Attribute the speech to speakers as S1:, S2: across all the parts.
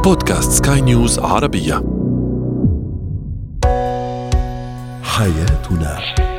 S1: بودكاست سكاي نيوز عربية. حياتنا.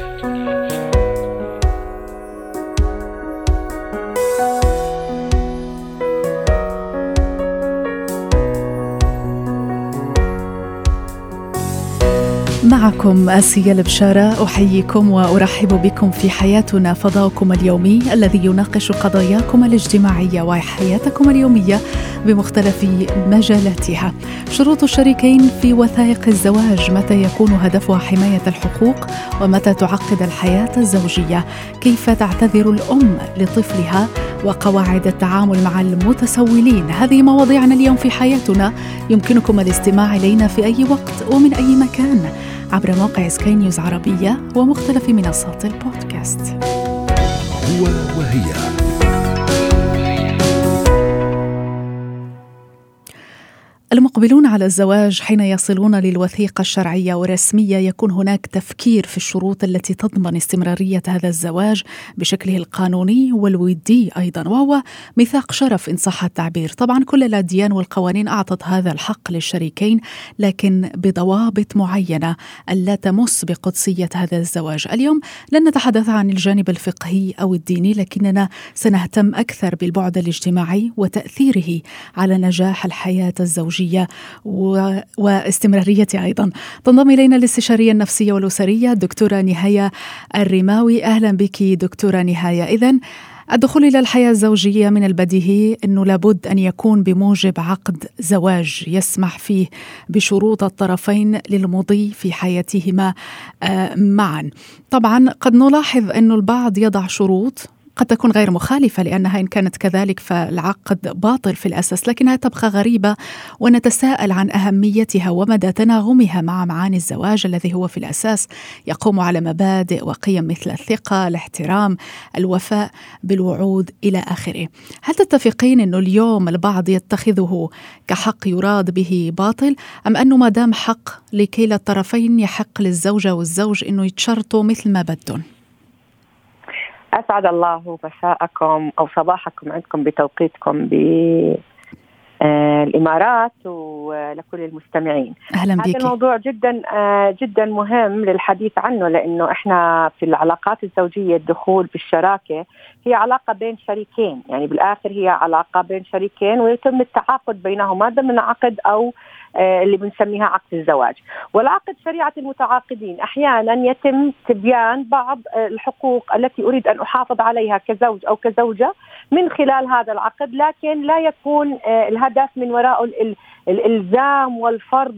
S2: معكم آسيا البشارة، أحييكم وأرحب بكم في حياتنا، فضاؤكم اليومي الذي يناقش قضاياكم الاجتماعية وحياتكم اليومية بمختلف مجالاتها. شروط الشريكين في وثائق الزواج، متى يكون هدفها حماية الحقوق ومتى تعقد الحياة الزوجية، كيف تعتذر الأم لطفلها، وقواعد التعامل مع المتسولين. هذه مواضيعنا اليوم في حياتنا، يمكنكم الاستماع إلينا في أي وقت ومن أي مكان عبر موقع سكاي نيوز عربية ومختلف منصات البودكاست.
S1: هو وهي.
S2: المقبلون على الزواج حين يصلون للوثيقة الشرعية والرسمية يكون هناك تفكير في الشروط التي تضمن استمرارية هذا الزواج بشكله القانوني والودي أيضا، وهو ميثاق شرف إن صح التعبير. طبعا كل الأديان والقوانين أعطت هذا الحق للشريكين، لكن بضوابط معينة ألا تمس بقدسية هذا الزواج. اليوم لن نتحدث عن الجانب الفقهي أو الديني، لكننا سنهتم أكثر بالبعد الاجتماعي وتأثيره على نجاح الحياة الزوجية واستمراريتها أيضا. تنضم إلينا الاستشارية النفسية والأسرية الدكتورة نهاية الرماوي. أهلا بك دكتورة نهاية. إذن الدخول إلى الحياة الزوجية من البديهي أنه لابد أن يكون بموجب عقد زواج يسمح فيه بشروط الطرفين للمضي في حياتهما معا. طبعا قد نلاحظ أن البعض يضع شروط قد تكون غير مخالفة، لأنها إن كانت كذلك فالعقد باطل في الأساس، لكنها تبقى غريبة، ونتساءل عن أهميتها ومدى تناغمها مع معاني الزواج الذي هو في الأساس يقوم على مبادئ وقيم مثل الثقة، الاحترام، الوفاء بالوعود إلى آخره. هل تتفقين أنه اليوم البعض يتخذه كحق يراد به باطل، أم أنه ما دام حق لكلا الطرفين يحق للزوجة والزوج أنه يتشرطوا مثل ما بدهم؟
S3: أسعد الله مساءكم أو صباحكم عندكم بتوقيتكم بالإمارات ولكل المستمعين.
S2: أهلا بك.
S3: هذا الموضوع جدا جدا مهم للحديث عنه، لأنه إحنا في العلاقات الزوجية الدخول بالشراكة هي علاقة بين شريكين، يعني بالآخر هي علاقة بين شريكين ويتم التعاقد بينهما ضمن عقد أو اللي بنسميها عقد الزواج. والعقد شريعة المتعاقدين أحيانا يتم تبيان بعض الحقوق التي أريد أن أحافظ عليها كزوج أو كزوجة من خلال هذا العقد، لكن لا يكون الهدف من وراء الإلزام والفرض،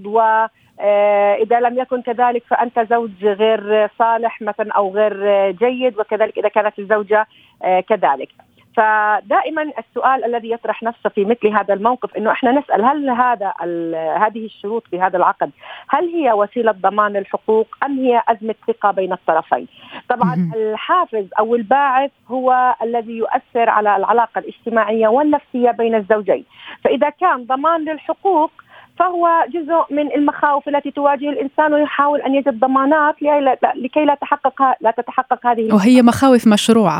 S3: وإذا لم يكن كذلك فأنت زوج غير صالح مثلا أو غير جيد، وكذلك إذا كانت الزوجة كذلك. فدائما السؤال الذي يطرح نفسه في مثل هذا الموقف إنه إحنا نسأل هل هذه الشروط في هذا العقد هل هي وسيلة ضمان الحقوق أم هي أزمة ثقة بين الطرفين؟ طبعا الحافز أو الباعث هو الذي يؤثر على العلاقة الاجتماعيي والنفسية بين الزوجين. فإذا كان ضمان للحقوق فهو جزء من المخاوف التي تواجه الإنسان، ويحاول أن يجد ضمانات لكي لا تتحقق هذه،
S2: وهي مخاوف مشروعة.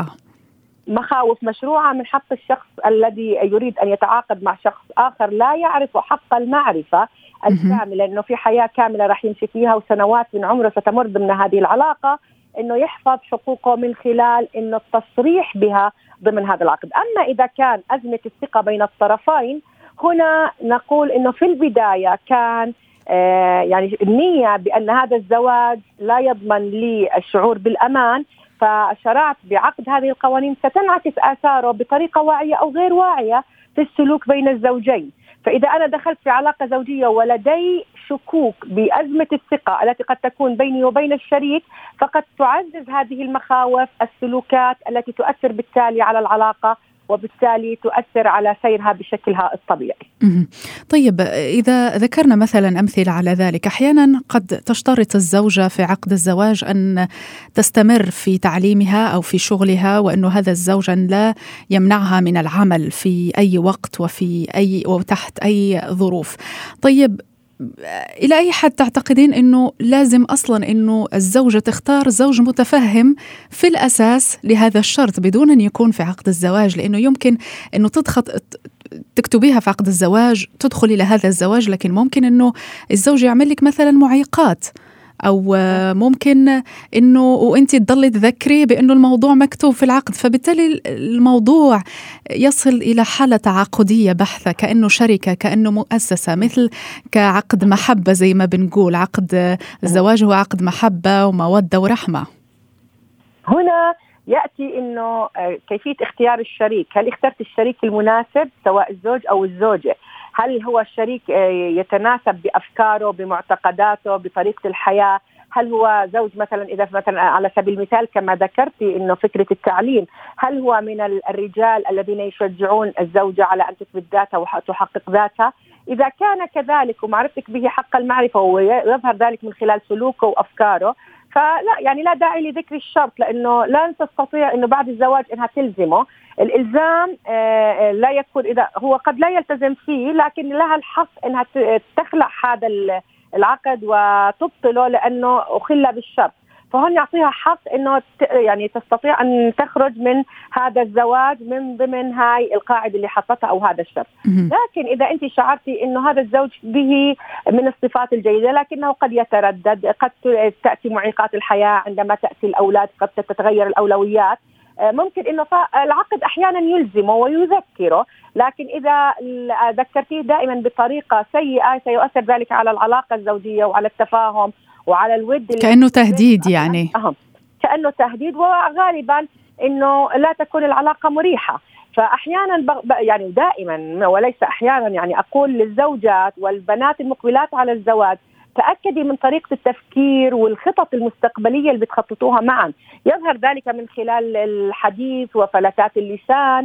S3: مخاوف مشروعة من حق الشخص الذي يريد أن يتعاقد مع شخص آخر لا يعرف حق المعرفة الكاملة، لأنه في حياة كاملة راح يمشي فيها وسنوات من عمره ستمر ضمن هذه العلاقة، إنه يحفظ حقوقه من خلال إنه التصريح بها ضمن هذا العقد. أما إذا كان أزمة الثقة بين الطرفين، هنا نقول إنه في البداية كان يعني النية بأن هذا الزواج لا يضمن لي الشعور بالأمان، فشرعت بعقد هذه القوانين ستنعكس آثاره بطريقة واعية أو غير واعية في السلوك بين الزوجين. فإذا أنا دخلت في علاقة زوجية ولدي شكوك بأزمة الثقة التي قد تكون بيني وبين الشريك، فقد تعزز هذه المخاوف السلوكات التي تؤثر بالتالي على العلاقة، وبالتالي تؤثر على سيرها بشكلها الطبيعي.
S2: طيب، إذا ذكرنا مثلا أمثلة على ذلك، أحيانا قد تشترط الزوجة في عقد الزواج أن تستمر في تعليمها أو في شغلها، وأنه هذا الزوج لا يمنعها من العمل في أي وقت وتحت أي ظروف. طيب، إلى أي حد تعتقدين أنه لازم أصلا أنه الزوجة تختار زوج متفهم في الأساس لهذا الشرط بدون أن يكون في عقد الزواج؟ لأنه يمكن أنه تكتبيها في عقد الزواج، تدخل إلى هذا الزواج، لكن ممكن أنه الزوج يعمل لك مثلا معيقات، أو ممكن أنه وأنت تضلي تذكري بأنه الموضوع مكتوب في العقد، فبالتالي الموضوع يصل إلى حالة تعاقدية بحثة، كأنه شركة، كأنه مؤسسة، مثل كعقد محبة زي ما بنقول. عقد الزواج هو عقد محبة ومودة ورحمة.
S3: هنا يأتي أنه كيفية اختيار الشريك. هل اخترت الشريك المناسب سواء الزوج أو الزوجة؟ هل هو الشريك يتناسب بأفكاره، بمعتقداته، بطريقة الحياة؟ هل هو زوج مثلا، إذا مثلا على سبيل المثال كما ذكرتي إنه فكرة التعليم، هل هو من الرجال الذين يشجعون الزوجة على أن تثبت ذاتها وتحقق ذاتها؟ إذا كان كذلك ومعرفتك به حق المعرفة ويظهر ذلك من خلال سلوكه وأفكاره، فلا يعني لا داعي لذكر الشرط، لأنه لن تستطيع إنه بعد الزواج إنها تلزمه. الإلزام لا يكون، إذا هو قد لا يلتزم فيه لكن لها الحق إنها تخلع هذا العقد وتبطله لأنه أخل بالشرط، فهون يعطيها حق إنه يعني تستطيع أن تخرج من هذا الزواج من ضمن هاي القاعدة اللي حطتها أو هذا الشرط. لكن إذا أنت شعرتي إنه هذا الزوج به من الصفات الجيدة لكنه قد يتردد، قد تأتي معيقات الحياة عندما تأتي الأولاد، قد تتغير الأولويات، ممكن إنه العقد أحيانا يلزمه ويذكره، لكن إذا ذكرتيه دائما بطريقة سيئة سيؤثر ذلك على العلاقة الزوجية وعلى التفاهم وعلى الود،
S2: كأنه تهديد يعني.
S3: كأنه تهديد، وغالبا إنه لا تكون العلاقة مريحة. فأحيانا يعني دائما وليس أحيانا يعني أقول للزوجات والبنات المقبلات على الزواج تأكدي من طريقة التفكير والخطط المستقبلية اللي بتخططوها معا. يظهر ذلك من خلال الحديث وفلتات اللسان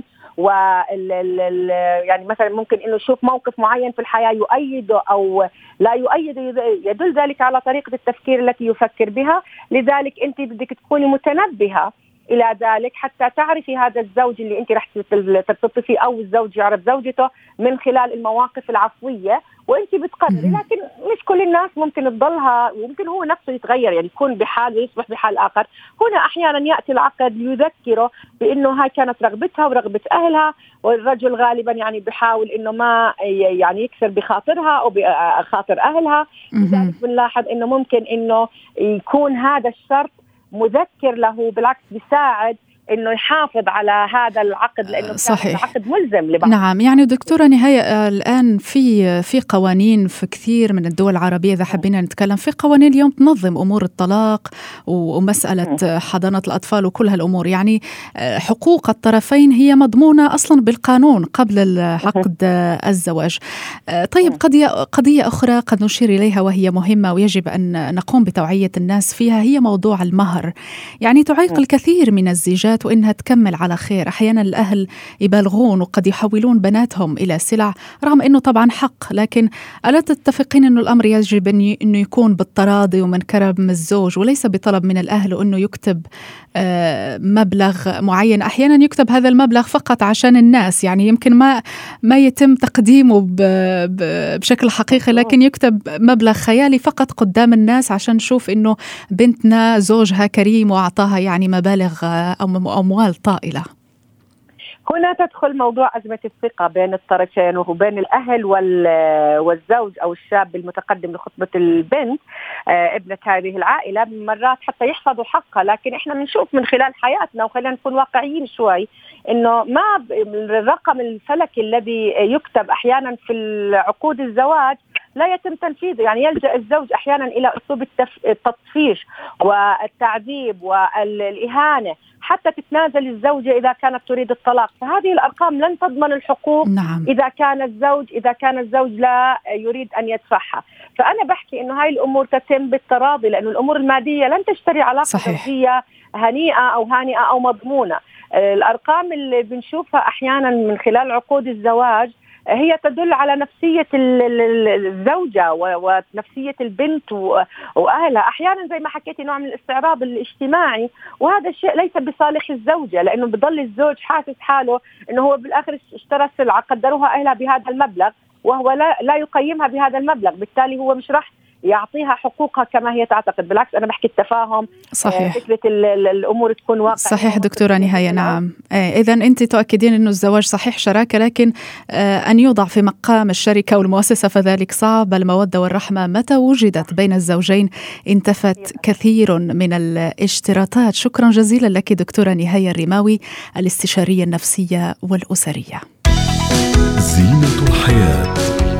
S3: يعني مثلا ممكن إنه يشوف موقف معين في الحياة يؤيده أو لا يؤيده، يدل ذلك على طريقة التفكير التي يفكر بها. لذلك أنت بدك تكوني متنبهة إلى ذلك حتى تعرفي هذا الزوج اللي أنت رح ترتبطي فيه أو الزوج يعرف زوجته من خلال المواقف العفوية، وأنت بتقرري. لكن مش كل الناس ممكن تضلها، وممكن هو نفسه يتغير، يعني يكون بحال ويصبح بحال آخر. هنا أحيانا يأتي العقد ليذكره بأنه هاي كانت رغبتها ورغبة أهلها، والرجل غالبا يعني بحاول إنه ما يعني يكسر بخاطرها أو بخاطر أهلها. لذلك بنلاحظ إنه ممكن إنه يكون هذا الشرط مذكر له، بالعكس بيساعد إنه يحافظ على هذا العقد، لأنه
S2: صحيح.
S3: العقد ملزم لبعض.
S2: نعم، يعني دكتورة نهاية، الآن في قوانين في كثير من الدول العربية، إذا حبينا نتكلم في قوانين اليوم تنظم أمور الطلاق ومسألة حضانة الأطفال وكل هالأمور، يعني حقوق الطرفين هي مضمونة أصلا بالقانون قبل عقد الزواج. طيب، قضية أخرى قد نشير إليها وهي مهمة ويجب أن نقوم بتوعية الناس فيها، هي موضوع المهر. يعني تعيق الكثير من الزيجات وإنها تكمل على خير. أحيانا الأهل يبالغون وقد يحولون بناتهم إلى سلع، رغم أنه طبعا حق، لكن ألا تتفقين أنه الأمر يجب أنه يكون بالتراضي ومن كرم الزوج وليس بطلب من الأهل وأنه يكتب مبلغ معين؟ أحيانا يكتب هذا المبلغ فقط عشان الناس، يعني يمكن ما يتم تقديمه بشكل حقيقي، لكن يكتب مبلغ خيالي فقط قدام الناس عشان نشوف أنه بنتنا زوجها كريم وأعطاها يعني مبالغ أو أموال طائلة.
S3: هنا تدخل موضوع أزمة الثقة بين الطرفين وبين الأهل والزوج أو الشاب المتقدم لخطبة البنت ابنة هذه العائلة، مرات حتى يحفظوا حقها. لكن إحنا بنشوف من خلال حياتنا، وخلينا نكون واقعيين شوي، إنه ما الرقم الفلكي الذي يكتب أحيانا في العقود الزواج لا يتم تنفيذه. يعني يلجأ الزوج أحيانا إلى أسلوب التطفيش والتعذيب والإهانة حتى تتنازل الزوجة إذا كانت تريد الطلاق. فهذه الأرقام لن تضمن الحقوق.
S2: نعم.
S3: إذا كان الزوج لا يريد أن يدفعها. فأنا بحكي إنه هاي الأمور تتم بالتراضي، لأن الأمور المادية لن تشتري علاقة زوجية هنيئة أو مضمونة. الأرقام اللي بنشوفها أحيانا من خلال عقود الزواج هي تدل على نفسية الزوجة ونفسية البنت وأهلها. أحيانا زي ما حكيتي نوع من الاستعراض الاجتماعي، وهذا الشيء ليس بصالح الزوجة، لأنه بضل الزوج حاسس حاله أنه هو بالآخر اشترى سلعة قدروها أهلها بهذا المبلغ وهو لا يقيمها بهذا المبلغ، بالتالي هو مش راح يعطيها حقوقها كما هي تعتقد. بالعكس أنا بحكي التفاهم،
S2: صحيح.
S3: فكرة الأمور تكون واقعية.
S2: صحيح دكتورة نهاية. نعم. إذن أنت تؤكدين أنه الزواج صحيح شراكة، لكن أن يوضع في مقام الشركة والمؤسسة فذلك صعب. المودة والرحمة متى وجدت بين الزوجين انتفت كثير من الاشتراطات. شكرا جزيلا لك دكتورة نهاية الرماوي، الاستشارية النفسية والأسرية.
S1: زينة الحياة.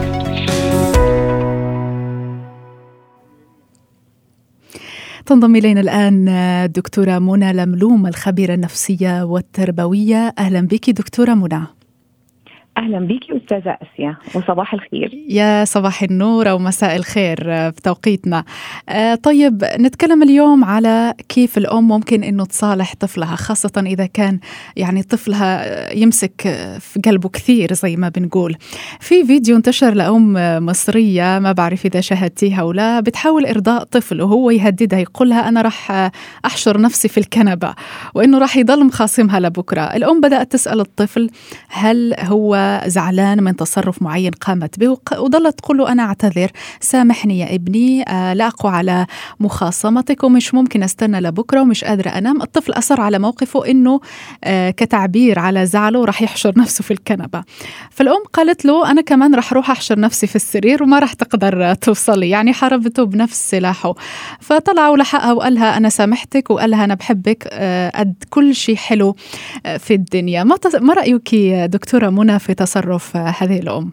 S2: تنضم إلينا الآن الدكتورة منى لملوم، الخبيرة النفسية والتربوية. أهلا بك دكتورة منى.
S4: أهلا بك أستاذة أسيا، وصباح الخير.
S2: يا صباح النور أو مساء الخير بتوقيتنا. طيب نتكلم اليوم على كيف الأم ممكن أنه تصالح طفلها، خاصة إذا كان يعني طفلها يمسك في قلبه كثير زي ما بنقول. في فيديو انتشر لأم مصرية، ما بعرف إذا شاهدتيها أو لا، بتحاول إرضاء طفل وهو يهددها، يقولها أنا رح أحشر نفسي في الكنبة وإنه رح يضل مخاصمها لبكرة. الأم بدأت تسأل الطفل هل هو زعلان من تصرف معين قامت به، وظلت تقول له أنا أعتذر، سامحني يا ابني، لا أقوى على مخاصمتك ومش ممكن أستنى لبكرة ومش قادرة أنام. الطفل أصر على موقفه إنه كتعبير على زعله رح يحشر نفسه في الكنبة. فالأم قالت له أنا كمان رح روح أحشر نفسي في السرير وما رح تقدر توصلي، يعني حاربته بنفس سلاحه. فطلع ولحقها وقال لها أنا سامحتك، وقال لها أنا بحبك قد كل شيء حلو في الدنيا. ما رأيك دكتورة منى في تصرف هذه الأم؟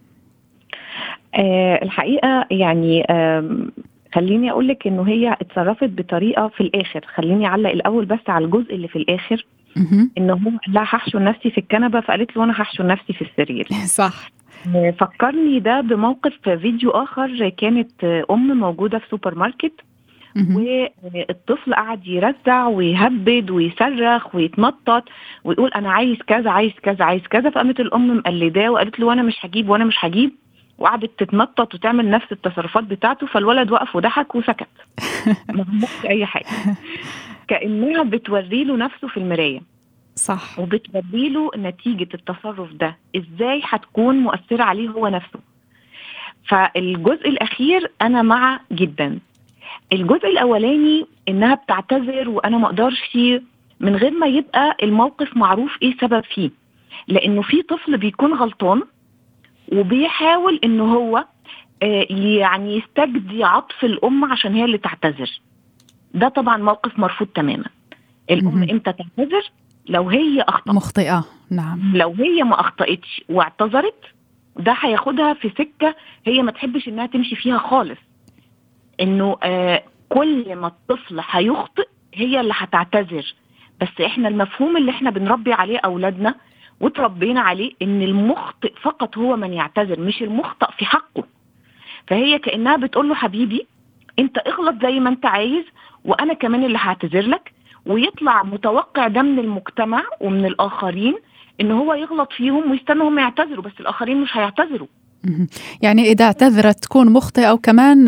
S4: الحقيقة يعني خليني أقول لك إنه هي اتصرفت بطريقة في الآخر. خليني أعلق الأول بس على الجزء اللي في الآخر، إنه هو لا هحشر نفسي في الكنبة، فقالت له أنا هحشر نفسي في السرير.
S2: صح.
S4: فكرني ده بموقف فيديو آخر، كانت أم موجودة في سوبر ماركت والطفل قعد يرزع ويهبد ويصرخ ويتنطط ويقول أنا عايز كذا عايز كذا عايز كذا. فقامت الأم مقلداه وقالت له أنا مش هجيب وأنا مش هجيب، وقعدت تتنطط وتعمل نفس التصرفات بتاعته. فالولد وقف وضحك وسكت، ما عملش أي حاجة، كأنها بتوري له نفسه في المراية.
S2: صح.
S4: وبتوري له نتيجة التصرف ده إزاي هتكون مؤثرة عليه هو نفسه. فالجزء الأخير أنا مع جدا. الجزء الأولاني إنها بتعتذر وأنا ما أقدرش من غير ما يبقى الموقف معروف إيه سبب فيه، لأنه في طفل بيكون غلطان وبيحاول إنه هو يعني يستجدي عطف الأم عشان هي اللي تعتذر. ده طبعا موقف مرفوض تماما. الأم إمتى تعتذر؟ لو هي أخطأت،
S2: مخطئة. نعم.
S4: لو هي ما أخطأتش واعتذرت ده هياخدها في سكة هي ما تحبش إنها تمشي فيها خالص، إنه كل ما الطفل هيخطئ هي اللي هتعتذر. بس إحنا المفهوم اللي إحنا بنربي عليه أولادنا وتربينا عليه إن المخطئ فقط هو من يعتذر، مش المخطئ في حقه. فهي كأنها بتقول له حبيبي أنت اغلط زي ما أنت عايز وأنا كمان اللي هعتذر لك، ويطلع متوقع ده من المجتمع ومن الآخرين إن هو يغلط فيهم ويستنوا هم يعتذروا، بس الآخرين مش هيعتذروا.
S2: يعني إذا اعتذرت تكون مخطئة، أو كمان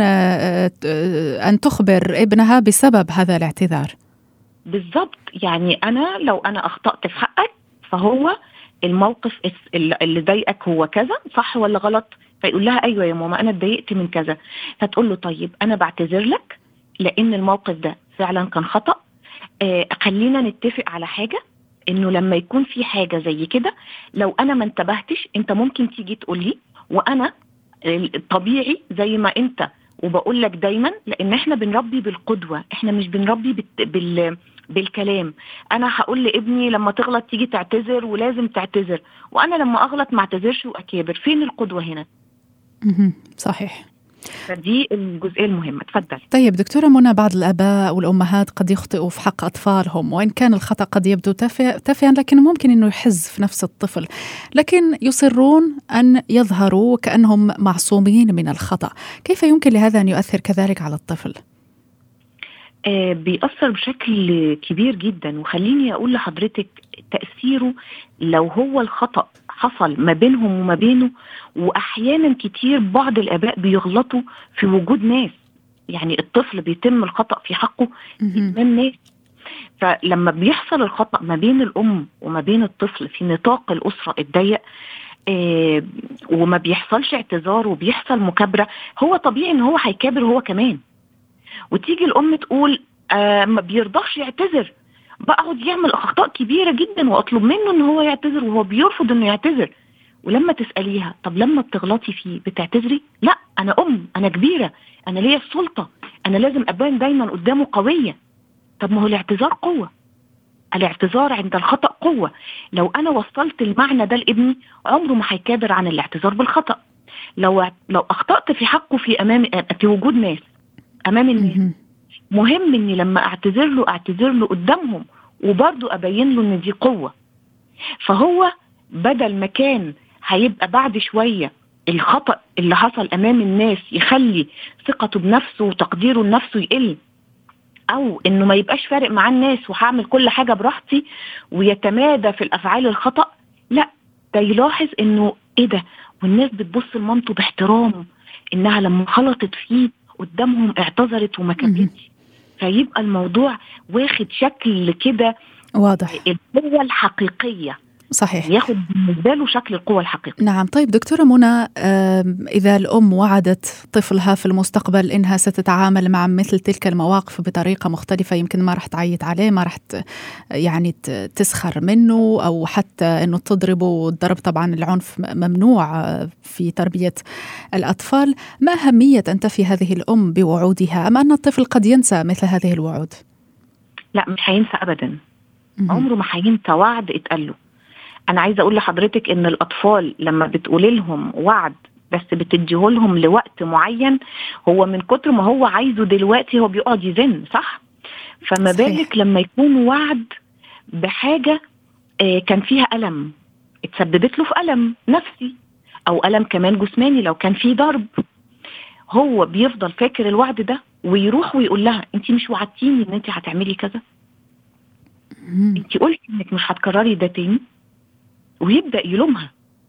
S2: أن تخبر ابنها بسبب هذا الاعتذار.
S4: بالضبط. يعني أنا لو أنا أخطأت في حقك فهو الموقف اللي ضايقك هو كذا، صح ولا غلط؟ فيقول لها أيوة يا ماما أنا اتضايقت من كذا. فتقول له طيب أنا بعتذر لك لأن الموقف ده فعلا كان خطأ. خلينا نتفق على حاجة، إنه لما يكون في حاجة زي كده لو أنا ما انتبهتش أنت ممكن تيجي تقولي، وأنا طبيعي زي ما أنت وبقول لك دايما، لأن إحنا بنربي بالقدوة، إحنا مش بنربي بالكلام. أنا هقول لابني لما تغلط تيجي تعتذر ولازم تعتذر، وأنا لما أغلط ما اعتذرش وأكابر. فين القدوة هنا؟
S2: صحيح.
S4: فدي الجزئية المهمة. تفضل.
S2: طيب دكتورة منى، بعض الآباء والأمهات قد يخطئوا في حق أطفالهم، وإن كان الخطأ قد يبدو تافها لكن ممكن أنه يحز في نفس الطفل، لكن يصرون أن يظهروا كأنهم معصومين من الخطأ. كيف يمكن لهذا أن يؤثر كذلك على الطفل؟
S4: بيأثر بشكل كبير جدا. وخليني أقول لحضرتك تأثيره لو هو الخطأ حصل ما بينهم وما بينه. وأحيانا كتير بعض الآباء بيغلطوا في وجود ناس، يعني الطفل بيتم الخطأ في حقه أمام ناس. فلما بيحصل الخطأ ما بين الأم وما بين الطفل في نطاق الأسرة الضيق، وما بيحصلش اعتذار وبيحصل مكابرة، هو طبيعي ان هو هيكابر هو كمان. وتيجي الام تقول ما بيرضاش يعتذر، بقعد يعمل اخطاء كبيرة جدا واطلب منه ان هو يعتذر وهو بيرفض انه يعتذر. ولما تسأليها طب لما بتغلطي فيه بتعتذري؟ لا، انا انا كبيرة، انا ليا السلطة، انا لازم ابان دايما قدامه قوية. طب ما هو الاعتذار قوة، الاعتذار عند الخطأ قوة. لو أنا وصلت المعنى ده لابني عمره ما هيكابر عن الاعتذار بالخطأ. لو أخطأت في حقه في وجود ناس أمام الناس، مهم إني لما أعتذر له قدامهم وبرضو أبين له إن دي قوة. فهو بدل ما كان هيبقى بعد شوية الخطأ اللي حصل أمام الناس يخلي ثقته بنفسه وتقديره لنفسه يقل، او انه ما يبقاش فارق مع الناس وهعمل كل حاجة براحتي ويتمادى في الافعال الخطأ، لا، ده يلاحظ انه ايه ده، والناس بتبص لمامته باحترام انها لما غلطت فيه قدامهم اعتذرت وما كملتش. فيبقى الموضوع واخد شكل كده
S2: واضح،
S4: القوة الحقيقية.
S2: صحيح،
S4: ياخد بالنسبة له شكل القوة الحقيقية.
S2: نعم. طيب دكتورة منى، إذا الأم وعدت طفلها في المستقبل إنها ستتعامل مع مثل تلك المواقف بطريقة مختلفة، يمكن ما رح تعيط عليه، ما رح يعني تسخر منه أو حتى إنه تضربه، والضرب طبعا العنف ممنوع في تربية الأطفال، ما أهمية أن تفي هذه الأم بوعودها، أم أن الطفل قد ينسى مثل هذه الوعود؟
S4: لا، مش هينسى أبدا، عمره ما هينسى وعد اتقال له. أنا عايزة أقول لحضرتك إن الأطفال لما بتقولي لهم وعد بس بتديه لهم لوقت معين، هو من كتر ما هو عايزه دلوقتي هو بيقعد يزن، صح؟ فما بالك لما يكون وعد بحاجة كان فيها ألم، اتسببت له في ألم نفسي أو ألم كمان جسماني لو كان فيه ضرب، هو بيفضل فاكر الوعد ده ويروح ويقول لها أنت مش وعدتيني إن أنت هتعملي كذا، أنت قلتي إنك مش هتكرري ده تاني، ويبدأ يلومها.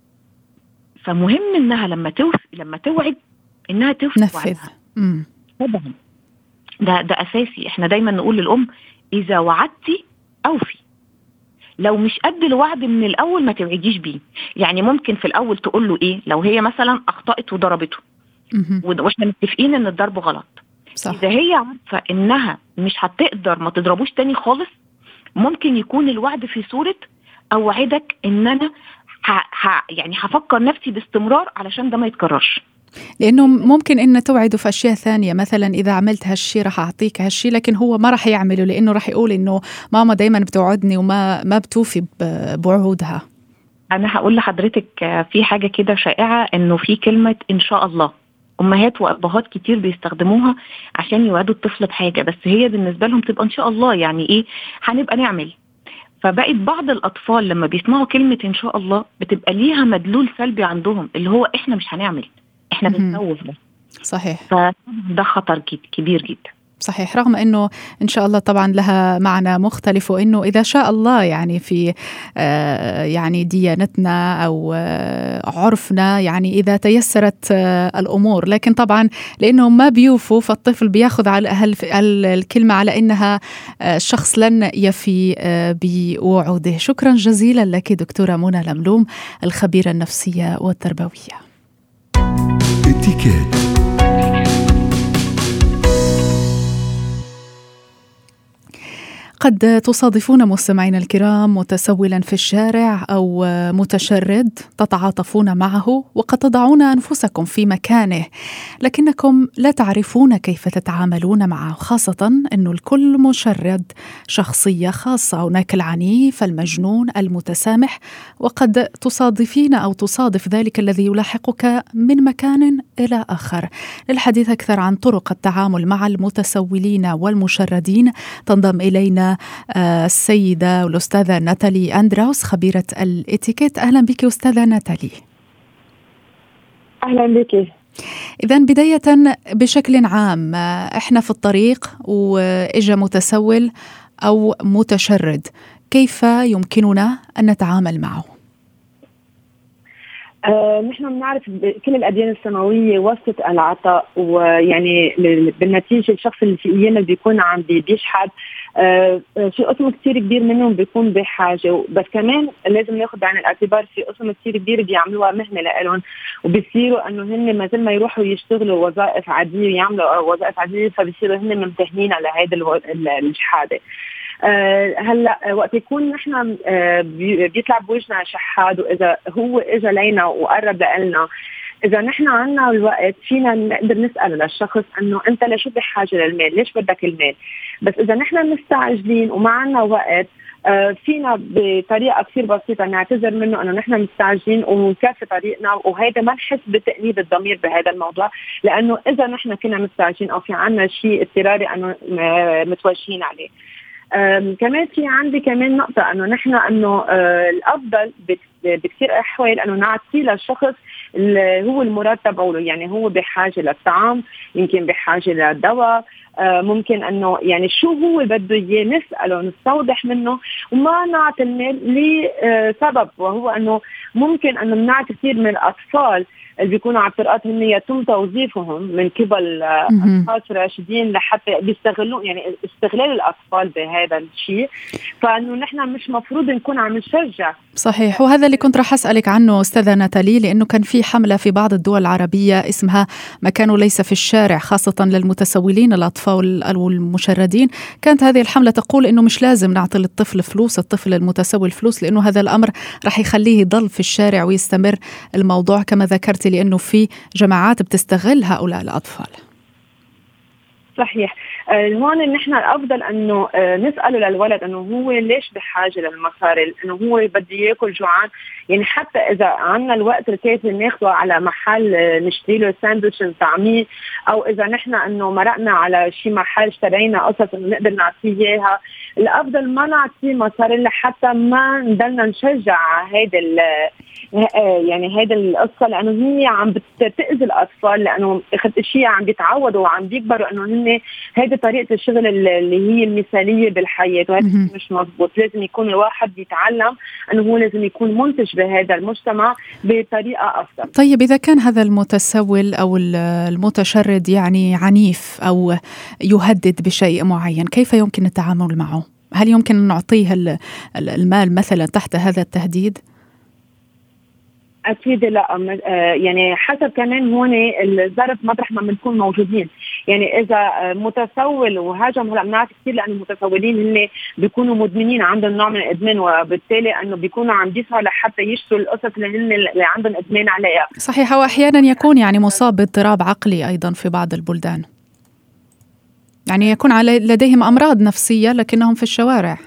S4: فمهم انها لما توعد انها
S2: تنفذ.
S4: طبعا ده اساسي. احنا دايما نقول للام اذا وعدتي اوفي، لو مش قد الوعد من الاول ما توعديش بيه. يعني ممكن في الاول تقول له ايه، لو هي مثلا اخطأت وضربته واحنا متفقين ان الضرب غلط، صح. اذا هي عارفه انها مش هتقدر ما تضربوش تاني خالص، ممكن يكون الوعد في صورة اوعدك ان انا يعني هفكر نفسي باستمرار علشان ده ما يتكررش.
S2: لانه ممكن ان توعده في اشياء ثانيه، مثلا اذا عملت هالشي راح اعطيك هالشي، لكن هو ما راح يعمله لانه راح يقول انه ماما دايما بتوعدني وما بتوفي بوعودها.
S4: انا هقول لحضرتك في حاجه كده شائعه، انه في كلمه ان شاء الله، امهات وابهات كتير بيستخدموها عشان يوعدوا الطفل بحاجه، بس هي بالنسبه لهم تبقى ان شاء الله يعني ايه، هنبقى نعمل. فبقت بعض الأطفال لما بيسمعوا كلمة إن شاء الله بتبقى ليها مدلول سلبي عندهم، اللي هو إحنا مش هنعمل، إحنا بنسوف ده.
S2: صحيح.
S4: فده خطر كبير جدا.
S2: صحيح، رغم أنه إن شاء الله طبعا لها معنى مختلف، وأنه إذا شاء الله يعني في يعني ديانتنا أو عرفنا يعني إذا تيسرت الأمور، لكن طبعا لأنهم ما بيوفوا فالطفل بياخذ على الكلمة على أنها الشخص لن يفي بوعوده. شكرا جزيلا لك دكتورة منى لملوم، الخبيرة النفسية والتربوية. قد تصادفون مستمعينا الكرام متسولا في الشارع أو متشرد تتعاطفون معه، وقد تضعون أنفسكم في مكانه، لكنكم لا تعرفون كيف تتعاملون معه، خاصة أنه الكل مشرد شخصية خاصة، هناك العنيف، المجنون، المتسامح، وقد تصادفين أو تصادف ذلك الذي يلاحقك من مكان إلى آخر. للحديث أكثر عن طرق التعامل مع المتسولين والمشردين تنضم إلينا السيدة والأستاذة ناتالي أندراوس، خبيرة الإتيكيت. أهلا بك أستاذة ناتالي.
S3: أهلا بك.
S2: إذن بداية بشكل عام، إحنا في الطريق وإجا متسول أو متشرد، كيف يمكننا أن نتعامل معه؟
S3: نحن بنعرف كل الأديان السماوية وصفت العطاء، ويعني بالنتيجة الشخص اللي في إيانا بيكون عم بيشحد في قسم كتير كبير منهم بيكون بحاجة، بس كمان لازم ناخد بعين الاعتبار في قسم كتير كبير بيعملوها مهنة لهم، وبيصيروا انه هن ما زال ما يروحوا يشتغلوا وظائف عادية يعملوا وظائف عادية، فبيصيروا هن ممتهنين على هذا الشهادة. هلا وقت يكون نحن بيطلع بوجهنا شحاد، واذا هو اجى لينا وقرب لنا، إذا نحن عنا الوقت فينا نقدر نسأل للشخص أنه أنت ليش بحاجة للمال؟ ليش بدك المال؟ بس إذا نحن مستعجلين وما عنا وقت، فينا بطريقة كثير بسيطة نعتذر منه أنه نحن مستعجلين ونكفي طريقنا، وهذا ما نحس بتأنيب الضمير بهذا الموضوع، لأنه إذا نحن كنا مستعجلين أو في عنا شيء اضطراري أنه متوجهين عليه. كمان في عندي كمان نقطة أنه نحن أنه الأفضل بكثير أحوال أنه نعطي للشخص اللي هو المراد تبعه، يعني هو بحاجة للطعام، يمكن بحاجة للدواء، ممكن أنه يعني شو هو بده إياه نسأله نستوضح منه، وما نعطي المال لسبب، وهو أنه ممكن أنه نعطي كثير من الأطفال اللي بيكونوا على الطرقات هن يتم توظيفهم من قبل أشخاص راشدين لحتى بيستغلوا، يعني استغلال الأطفال بهذا الشيء، فإنه نحن مش مفروض نكون عم نشجع.
S2: صحيح، وهذا اللي كنت رح أسألك عنه أستاذة ناتالي، لأنه كان في حملة في بعض الدول العربية اسمها مكان ليس في الشارع، خاصة للمتسولين الأطفال أو المشردين. كانت هذه الحملة تقول إنه مش لازم نعطي للطفل فلوس، الطفل المتسول فلوس، لأنه هذا الأمر رح يخليه يضل في الشارع ويستمر الموضوع كما ذكرت، لأنه في جماعات بتستغل هؤلاء الأطفال.
S3: صحيح. هون نحن الافضل انه نساله للولد انه هو ليش بحاجه للمصاري، انه هو بده ياكل جوعان، يعني حتى اذا عندنا الوقت الكافي ناخده على محل نشتري له ساندويتش نطعميه، او اذا نحن انه مرقنا على شي محل اشترينا قصص انه نقدر نعطيه اياها، الافضل ما نعطيه مصاري لحتى ما نضلنا نشجع هيدا يعني هيدا القصه، لانه هي عم بتاذي الاطفال، لانه اخذت شيء عم بيتعودوا وعم بيكبروا انه هن هيدي طريقه الشغل اللي هي المثاليه بالحياه، وهذا مش مضبوط. لازم يكون الواحد يتعلم انه هو لازم يكون منتج بهذا المجتمع بطريقه افضل.
S2: طيب اذا كان هذا المتسول او المتشرد يعني عنيف او يهدد بشيء معين، كيف يمكن التعامل معه؟ هل يمكن ان نعطيه المال مثلا تحت هذا التهديد؟
S3: أكيد لا، يعني حسب كمان هون الظرف مطرح ما بنكون موجودين. يعني إذا متسول وهاجم، هلا بنعرف كثير لأن المتسولين هن بيكونوا مدمنين، عندهم نوع من الإدمان، وبالتالي أنه بيكونوا عم بيسعوا لحتى يشتروا القصص اللي عندهم إدمان عليها.
S2: صحيح، وأحيانا يكون يعني مصاب باضطراب عقلي أيضا في بعض البلدان، يعني يكون لديهم أمراض نفسية لكنهم في الشوارع.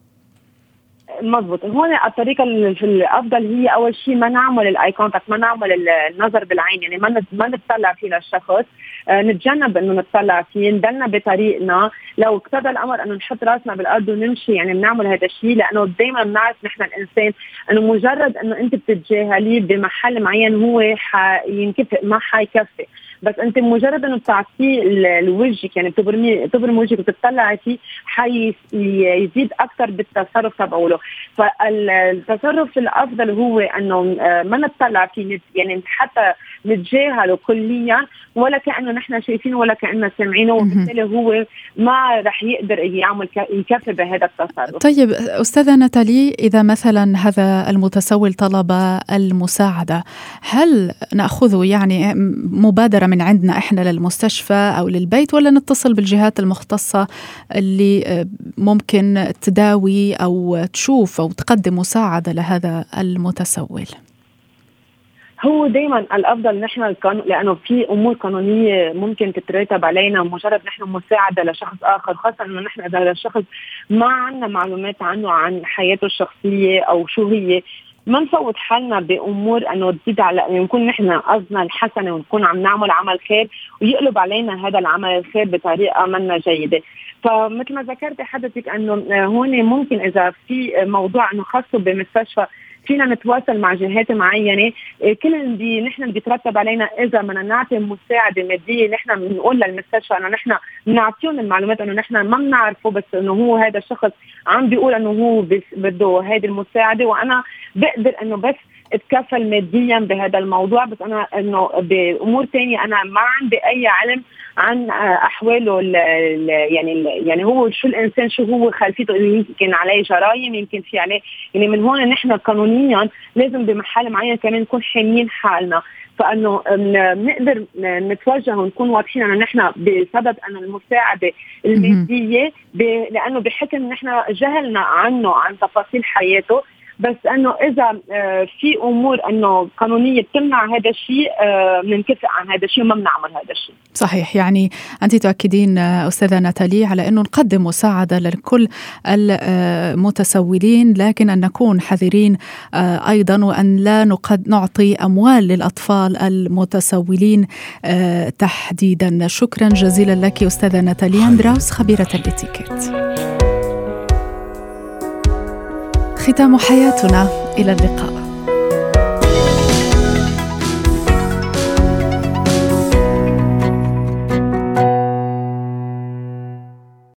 S3: مضبوط. هون الطريقه الافضل هي اول شيء ما نعمل الاي كونتاكت، ما نعمل النظر بالعين، يعني ما نتطلع فيه للشخص، نتجنب انه نتطلع فيه، نضلنا بطريقنا، لو اقتضى الامر انه نحط راسنا بالارض ونمشي يعني بنعمل هذا الشيء، لانه دائما بنعرف نحن الانسان انه مجرد انه انت بتتجاهليه بمحل معين هو ينكفئ، ما حيكفي، بس انت مجرد انه بتعطيه الوجهك، يعني بتبرم وجهك وتطلعي فيه، حيزيد اكثر بالتصرف تبعه له. فالتصرف الافضل هو انه ما نطلع فيه، يعني حتى نتجاهله كليا، ولا كانه نحن شايفينه ولا كانه سامعينه، وبالتالي هو ما رح يقدر يعمل يكفي بهذا التصرف.
S2: طيب استاذه ناتالي، اذا مثلا هذا المتسول طلب المساعده، هل ناخذه يعني مبادره من عندنا احنا للمستشفى او للبيت، ولا نتصل بالجهات المختصه اللي ممكن تداوي او تشوف او تقدم مساعده لهذا المتسول؟
S3: هو دائما الافضل نحن لانه في امور قانونيه ممكن تترتب علينا مجرد نحن مساعده لشخص اخر، خاصه انه نحن اذا الشخص ما عندنا معلومات عنه، عن حياته الشخصيه او شو هي، ما نفوت حالنا بامور انه تزيد على نكون نحن قصدنا الحسنه ونكون عم نعمل عمل خير ويقلب علينا هذا العمل الخير بطريقه منا جيده. فمثل ما ذكرت حضرتك انه هون ممكن اذا في موضوع انه خاصه بمستشفى فينا نتواصل مع جهات معينه، كل نحن بيترتب علينا اذا بدنا نعطي مساعده ماديه، نحن بنقول للمستشفى انه نحن بنعطيهم المعلومات انه نحن ما بنعرفه، بس انه هو هذا الشخص عم بيقول انه هو بده هذه المساعده، وانا بقدر انه بس اتكفل ماديا بهذا الموضوع، بس انا انه بامور ثانيه انا ما عندي اي علم
S5: عن احواله يعني هو شو الانسان، شو هو خلفيته، يمكن عليه جرائم، يمكن في عليه، يعني من هون نحن قانونيا لازم بمحل معين كمان نكون حاميين حالنا، فانه نقدر نتوجه ونكون واضحين انه نحن بسبب انه المساعده الماديه لانه بحكم نحن جهلنا عنه عن تفاصيل حياته، بس انه اذا في امور انه قانونيه بتمنع هذا الشيء بننكفئ عن هذا الشيء وما بنعمل هذا الشيء.
S2: صحيح، يعني انت تؤكدين استاذه ناتالي على انه نقدم مساعده لكل المتسولين، لكن ان نكون حذرين ايضا، وان لا نعطي اموال للاطفال المتسولين تحديدا. شكرا جزيلا لك استاذه ناتالي أندراوس، خبيره الاتيكيت. ختام حياتنا، إلى اللقاء.